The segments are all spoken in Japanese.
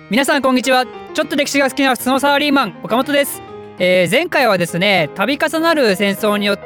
皆さんこんにちは。ちょっと歴史が好きな普通のサラリーマン岡本です。前回はですね、度重なる戦争によって、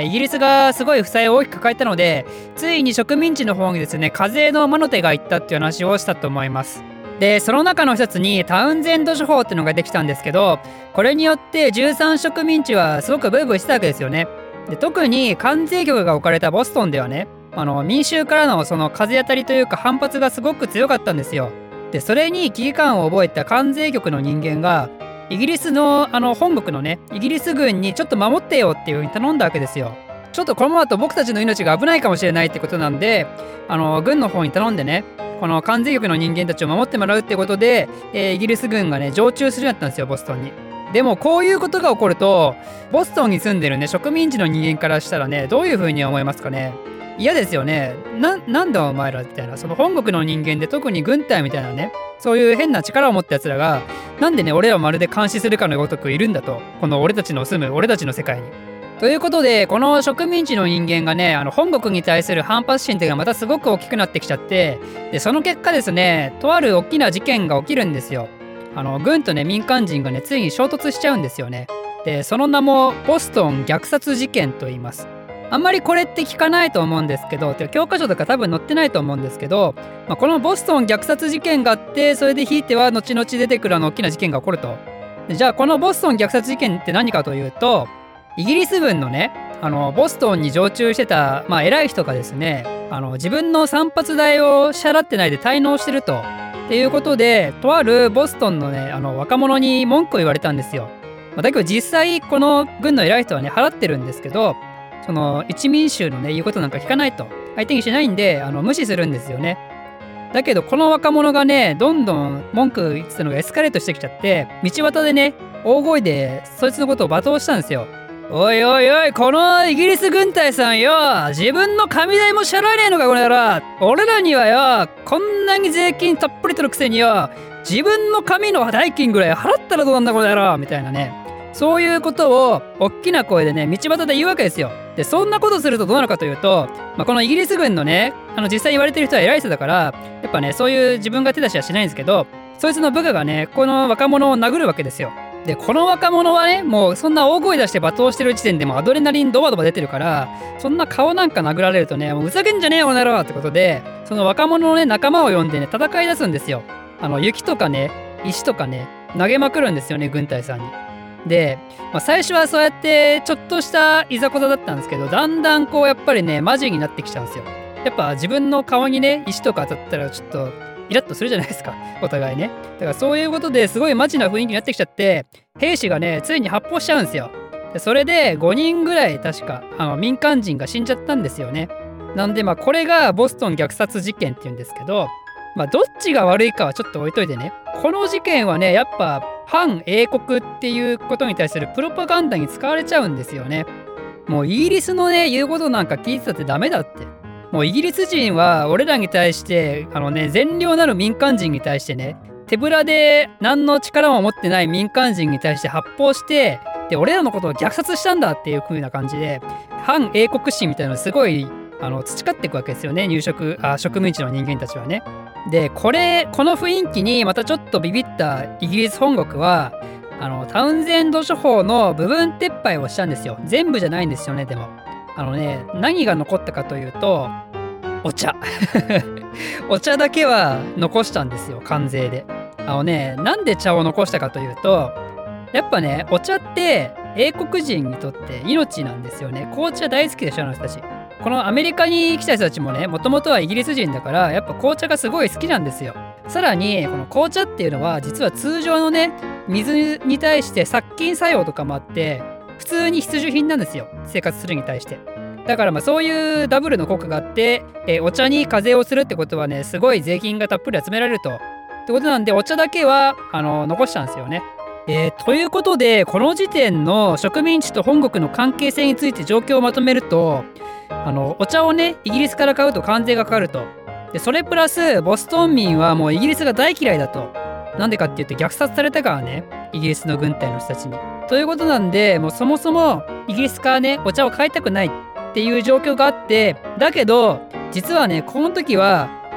イギリスがすごい負債を大きく抱えたので、ついに植民地の方にですね、課税の魔の手がいったっていう話をしたと思います。でその中の一つにタウンゼンド処方っていうのができたんですけど、これによって13植民地はすごくブーブーしてたわけですよね。で特に関税局が置かれたボストンではね、民衆からのその風当たりというか反発がすごく強かったんですよ。でそれに危機感を覚えた関税局の人間がイギリスの本国のねイギリス軍にちょっと守ってよっていう風に頼んだわけですよ。ちょっとこのままだと僕たちの命が危ないかもしれないってことなんで、軍の方に頼んでね、この関税局の人間たちを守ってもらうってことで、イギリス軍がね常駐するようになったんですよ、ボストンに。でもこういうことが起こると、ボストンに住んでるね植民地の人間からしたらね、どういう風に思いますかね。嫌ですよね。なんだお前らみたいな、その本国の人間で特に軍隊みたいなね、そういう変な力を持ったやつらがなんでね俺らをまるで監視するかのごとくいるんだと、この俺たちの住む俺たちの世界に。ということで、この植民地の人間がね本国に対する反発心っていうのがまたすごく大きくなってきちゃって、でその結果ですね、とある大きな事件が起きるんですよ。軍とね民間人がねついに衝突しちゃうんですよね。でその名もボストン虐殺事件と言います。あんまりこれって聞かないと思うんですけど、教科書とか多分載ってないと思うんですけど、このボストン虐殺事件があって、それでひいては後々出てくる大きな事件が起こると。じゃあこのボストン虐殺事件って何かというと、イギリス軍のねボストンに常駐してた、偉い人がですね、自分の散髪代を支払ってないで滞納してるとっていうことで、とあるボストンのね若者に文句を言われたんですよ。だけど実際この軍の偉い人はね払ってるんですけど、その一民衆のね言うことなんか聞かないと、相手にしないんで無視するんですよね。だけどこの若者がねどんどん文句言ってたのがエスカレートしてきちゃって、道端でね大声でそいつのことを罵倒したんですよ。おいおいおい、このイギリス軍隊さんよ、自分の神代も支払えねえのかこの野郎。俺らにはよこんなに税金たっぷり取るくせによ、自分の神の代金ぐらい払ったらどうなんだこの野郎みたいなね、そういうことを大きな声でね道端で言うわけですよ。でそんなことするとどうなるかというと、このイギリス軍のね実際言われてる人は偉い人だから、やっぱねそういう自分が手出しはしないんですけど、そいつの部下がねこの若者を殴るわけですよ。でこの若者はねもうそんな大声出して罵倒してる時点でもアドレナリンドバドバ出てるから、そんな顔なんか殴られるとね、もうふざけんじゃねえよおならってことで、その若者のね仲間を呼んでね戦い出すんですよ。雪とかね石とかね投げまくるんですよね、軍隊さんに。で、最初はそうやってちょっとしたいざこざだったんですけど、だんだんこうやっぱりねマジになってきちゃうんですよ。やっぱ自分の顔にね石とか当たったらちょっとイラッとするじゃないですか、お互いね。だからそういうことですごいマジな雰囲気になってきちゃって、兵士がねついに発砲しちゃうんですよ。でそれで5人ぐらい確か民間人が死んじゃったんですよね。なんでこれがボストン虐殺事件っていうんですけど、どっちが悪いかはちょっと置いといてね、この事件はねやっぱ反英国っていうことに対するプロパガンダに使われちゃうんですよね。もうイギリスのね言うことなんか聞いてたってダメだって。もうイギリス人は俺らに対して善良なる民間人に対してね、手ぶらで何の力も持ってない民間人に対して発砲して、で俺らのことを虐殺したんだっていう風な感じで反英国心みたいなのすごい培っていくわけですよね、植民地の人間たちはね。でこの雰囲気にまたちょっとビビったイギリス本国はタウンゼンド処方の部分撤廃をしたんですよ。全部じゃないんですよね。でも何が残ったかというとお茶お茶だけは残したんですよ、関税で。なんで茶を残したかというと、やっぱねお茶って英国人にとって命なんですよね。紅茶大好きでしょ、あの人たち。このアメリカに来た人たちもねもともとはイギリス人だから、やっぱ紅茶がすごい好きなんですよ。さらにこの紅茶っていうのは実は通常のね水に対して殺菌作用とかもあって、普通に必需品なんですよ、生活するに対して。だからそういうダブルの効果があって、お茶に課税をするってことはねすごい税金がたっぷり集められるとってことなんで、お茶だけは残したんですよね。ということで、この時点の植民地と本国の関係性について状況をまとめると、お茶をねイギリスから買うと関税がかかると。でそれプラスボストン民はもうイギリスが大嫌いだと。なんでかって言って虐殺されたからね、イギリスの軍隊の人たちに。ということなんで、もうそもそもイギリスからねお茶を買いたくないっていう状況があって、だけど実はねこの時は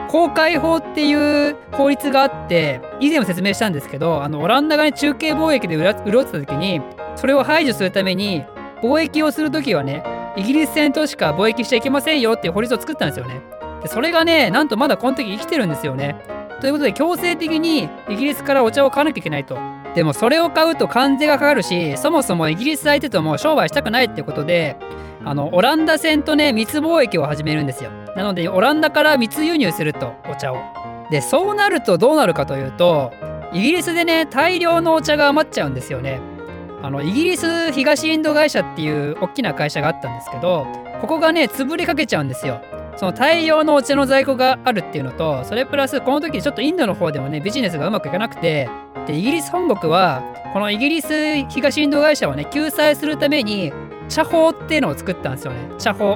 公海法っていう法律があって、以前も説明したんですけど、オランダがね、中継貿易で潤ってた時に、それを排除するために、貿易をする時はね、イギリス船としか貿易しちゃいけませんよっていう法律を作ったんですよね。でそれがね、なんとまだこの時生きてるんですよね。ということで、強制的にイギリスからお茶を買わなきゃいけないと。でもそれを買うと関税がかかるし、そもそもイギリス相手とも商売したくないってことで、オランダ船とね、密貿易を始めるんですよ。なので、オランダから密輸入すると、お茶を。で、そうなるとどうなるかというと、イギリスでね、大量のお茶が余っちゃうんですよね。イギリス東インド会社っていう大きな会社があったんですけど、ここがね、潰れかけちゃうんですよ。その大量のお茶の在庫があるっていうのと、それプラスこの時ちょっとインドの方でもね、ビジネスがうまくいかなくて、で、イギリス本国は、このイギリス東インド会社をね、救済するために、茶法っていうのを作ったんですよね。茶法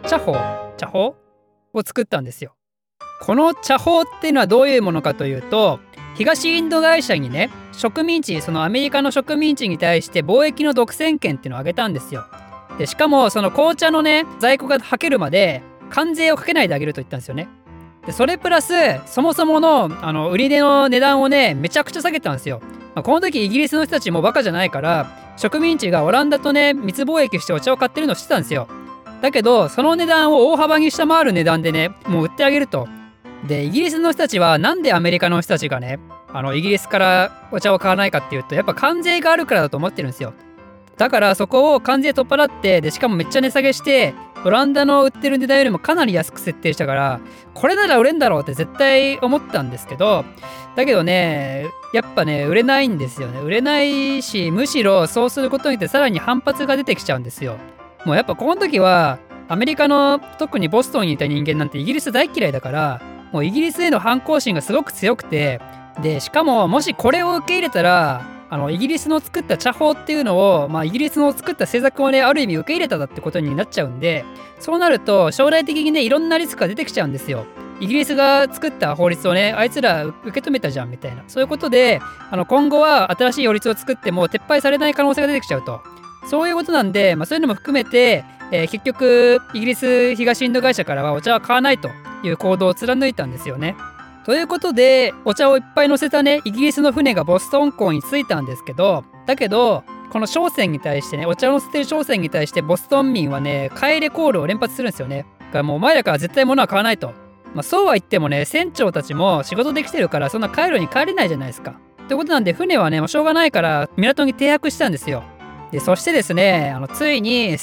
を作ったんですよ。この茶法っていうのはどういうものかというと、東インド会社にね、植民地、そのアメリカの植民地に対して貿易の独占権っていうのをあげたんですよ。で、しかもその紅茶のね、在庫がはけるまで関税をかけないであげると言ったんですよね。で、それプラス、そもそもの売り値の値段をね、めちゃくちゃ下げたんですよ。この時イギリスの人たちもバカじゃないから、植民地がオランダとね、密貿易してお茶を買ってるのを知ってたんですよ。だけど、その値段を大幅に下回る値段でね、もう売ってあげると。で、イギリスの人たちはなんでアメリカの人たちがね、イギリスからお茶を買わないかっていうと、やっぱ関税があるからだと思ってるんですよ。だからそこを関税取っ払って、で、しかもめっちゃ値下げして、オランダの売ってる値段よりもかなり安く設定したから、これなら売れんだろうって絶対思ったんですけど、だけどね、やっぱね、売れないんですよね。売れないし、むしろそうすることによってさらに反発が出てきちゃうんですよ。もうやっぱこの時は、アメリカの特にボストンにいた人間なんてイギリス大嫌いだから、もうイギリスへの反抗心がすごく強くて、で、しかももしこれを受け入れたら、イギリスの作った茶法っていうのを、イギリスの作った政策をね、ある意味受け入れたってことになっちゃうんで、そうなると将来的にね、いろんなリスクが出てきちゃうんですよ。イギリスが作った法律をね、あいつら受け止めたじゃんみたいな。そういうことで、今後は新しい法律を作っても撤廃されない可能性が出てきちゃうと。そういうことなんで、そういうのも含めて、結局、イギリス東インド会社からはお茶は買わないという行動を貫いたんですよね。ということで、お茶をいっぱい乗せたね、イギリスの船がボストン港に着いたんですけど、だけど、この商船に対してね、お茶を乗せてる商船に対してボストン民はね、買いレコールを連発するんですよね。だからもうお前らから絶対物は買わないと。そうは言ってもね、船長たちも仕事できてるから、そんな帰るに帰れないじゃないですか。ということなんで、船はね、もうしょうがないから港に停泊したんですよ。で、そしてですね、ついに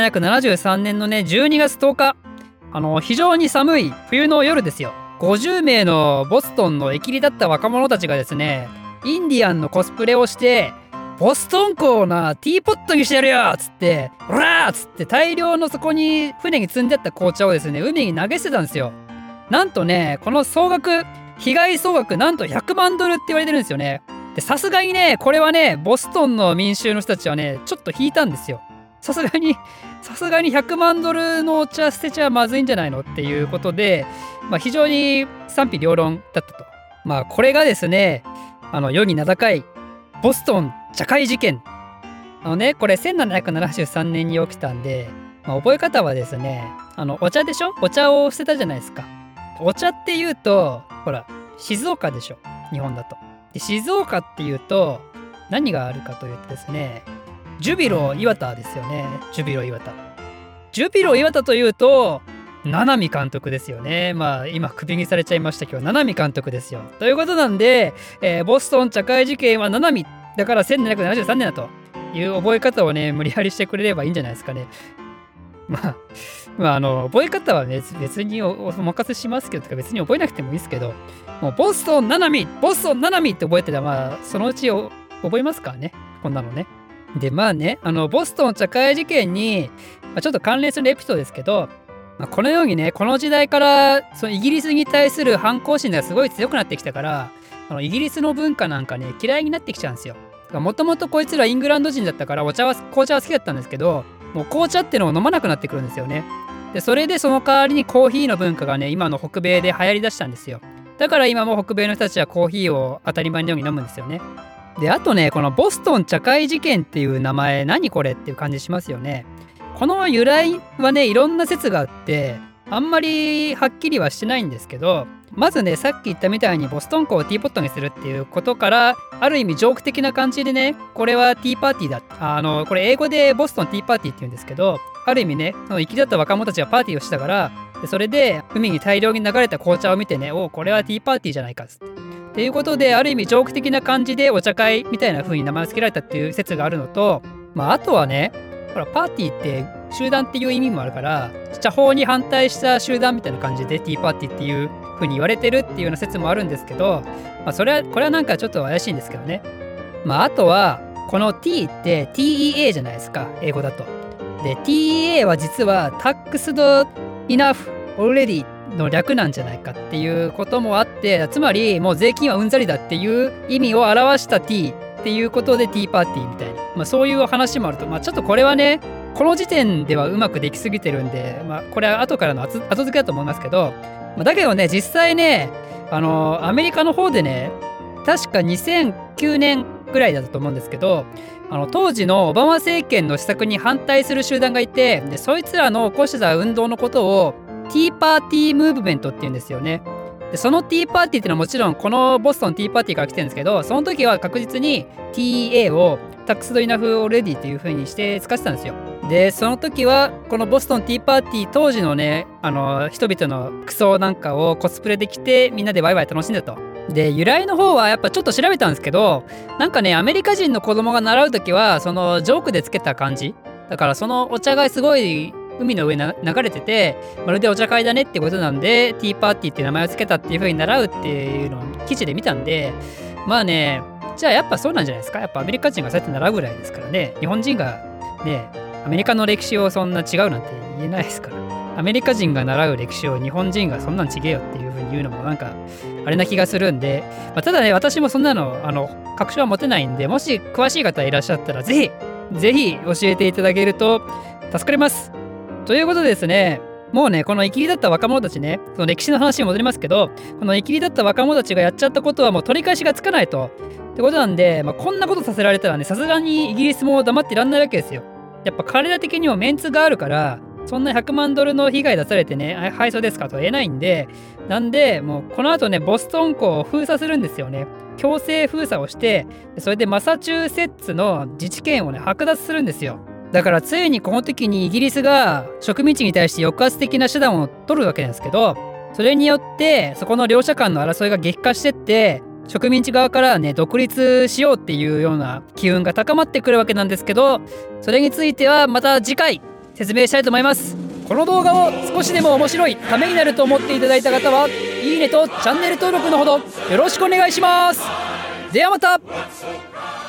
1773年のね、12月10日、非常に寒い冬の夜ですよ。50名のボストンの駅里だった若者たちがですね、インディアンのコスプレをして、ボストン港をな、ティーポットにしてやるよっつって、オラーっつって大量のそこに船に積んであった紅茶をですね、海に投げ捨てたんですよ。なんとね、この総額、被害総額なんと100万ドルって言われてるんですよね。で、さすがにね、これはね、ボストンの民衆の人たちはね、ちょっと引いたんですよ。さすがに100万ドルのお茶捨てちゃまずいんじゃないのっていうことで、非常に賛否両論だったと。これがですね、世に名高いボストン茶会事件。これ1773年に起きたんで、覚え方はですね、お茶でしょ？お茶を捨てたじゃないですか。お茶っていうと、ほら、静岡でしょ？日本だと。で、静岡っていうと、何があるかというとですね、ジュビロ磐田ですよね。ジュビロ磐田。ジュビロ磐田というと、七海監督ですよね。今、クビにされちゃいましたけど、七海監督ですよ。ということなんで、ボストン茶会事件は七海だから1773年だという覚え方をね、無理やりしてくれればいいんじゃないですかね。覚え方はね、別にお任せしますけど、別に覚えなくてもいいですけど、もうボストン七海って覚えてたら、そのうち覚えますからね。こんなのね。で、ボストン茶会事件に、ちょっと関連するエピソードですけど、このようにね、この時代からそのイギリスに対する反抗心がすごい強くなってきたから、イギリスの文化なんかね、嫌いになってきちゃうんですよ。もともとこいつらイングランド人だったから紅茶は好きだったんですけど、もう紅茶ってのを飲まなくなってくるんですよね。で、それでその代わりにコーヒーの文化がね、今の北米で流行りだしたんですよ。だから今も北米の人たちはコーヒーを当たり前のように飲むんですよね。で、あとね、このボストン茶会事件っていう名前、何これっていう感じしますよね。この由来はね、いろんな説があって、あんまりはっきりはしてないんですけど、 まずね、さっき言ったみたいにボストン港をティーポットにするっていうことから、ある意味ジョーク的な感じでね、これはティーパーティーだ。これ英語でボストンティーパーティーって言うんですけど、ある意味ね、その行き立った若者たちがパーティーをしたから、でそれで海に大量に流れた紅茶を見てね、おこれはティーパーティーじゃないかっつって。っていうことで、ある意味ジョーク的な感じでお茶会みたいな風に名前を付けられたっていう説があるのと、あとはね、ほら、パーティーって集団っていう意味もあるから、茶法に反対した集団みたいな感じでティーパーティーっていう風に言われてるっていうような説もあるんですけど、これはなんかちょっと怪しいんですけどね。あとは、この T って TEA じゃないですか、英語だと。で、TEA は実は Taxed Enough Already の略なんじゃないかっていうこともあって、つまりもう税金はうんざりだっていう意味を表した T っていうことでティーパーティーみたいな、そういう話もあると、ちょっとこれはね、この時点ではうまくできすぎてるんで、これは後からの後付けだと思いますけど、だけどね、実際ね、アメリカの方でね、確か2009年ぐらいだったと思うんですけど、当時のオバマ政権の施策に反対する集団がいて、でそいつらの起こした運動のことをティーパーティームーブメントって言うんですよね。でそのティーパーティーっていうのはもちろんこのボストンティーパーティーから来てるんですけど、その時は確実に TEA をタックスドイナフオレディっていう風にして使ってたんですよ。でその時はこのボストンティーパーティー当時のね、人々の服装なんかをコスプレできてみんなでワイワイ楽しんでたと。で由来の方はやっぱちょっと調べたんですけど、なんかね、アメリカ人の子供が習う時はそのジョークでつけた感じだから、そのお茶がすごい海の上に流れてて、まるでお茶会だねってことなんでティーパーティーっていう名前をつけたっていう風に習うっていうのを記事で見たんで、じゃあやっぱそうなんじゃないですか。やっぱアメリカ人がそうやって習うぐらいですからね。日本人がね、アメリカの歴史をそんな違うなんて言えないですから。アメリカ人が習う歴史を日本人がそんなん違えよっていう風に言うのもなんかあれな気がするんで、ただね、私もそんなの確証は持てないんで、もし詳しい方いらっしゃったらぜひ教えていただけると助かります。ということでですね、もうね、このイキリだった若者たちね、その歴史の話に戻りますけど、このイキリだった若者たちがやっちゃったことはもう取り返しがつかないと。ってことなんで、こんなことさせられたらね、さすがにイギリスも黙ってらんないわけですよ。やっぱ彼ら的にもメンツがあるから、そんな100万ドルの被害出されてね、はい、そうですかとは言えないんで、なんで、もうこの後ね、ボストン港を封鎖するんですよね。強制封鎖をして、それでマサチューセッツの自治権をね、剥奪するんですよ。だからついにこの時にイギリスが植民地に対して抑圧的な手段を取るわけなんですけど、それによってそこの両者間の争いが激化してって、植民地側からね、独立しようっていうような機運が高まってくるわけなんですけど、それについてはまた次回説明したいと思います。この動画を少しでも面白い、ためになると思っていただいた方は、いいねとチャンネル登録のほどよろしくお願いします。ではまた。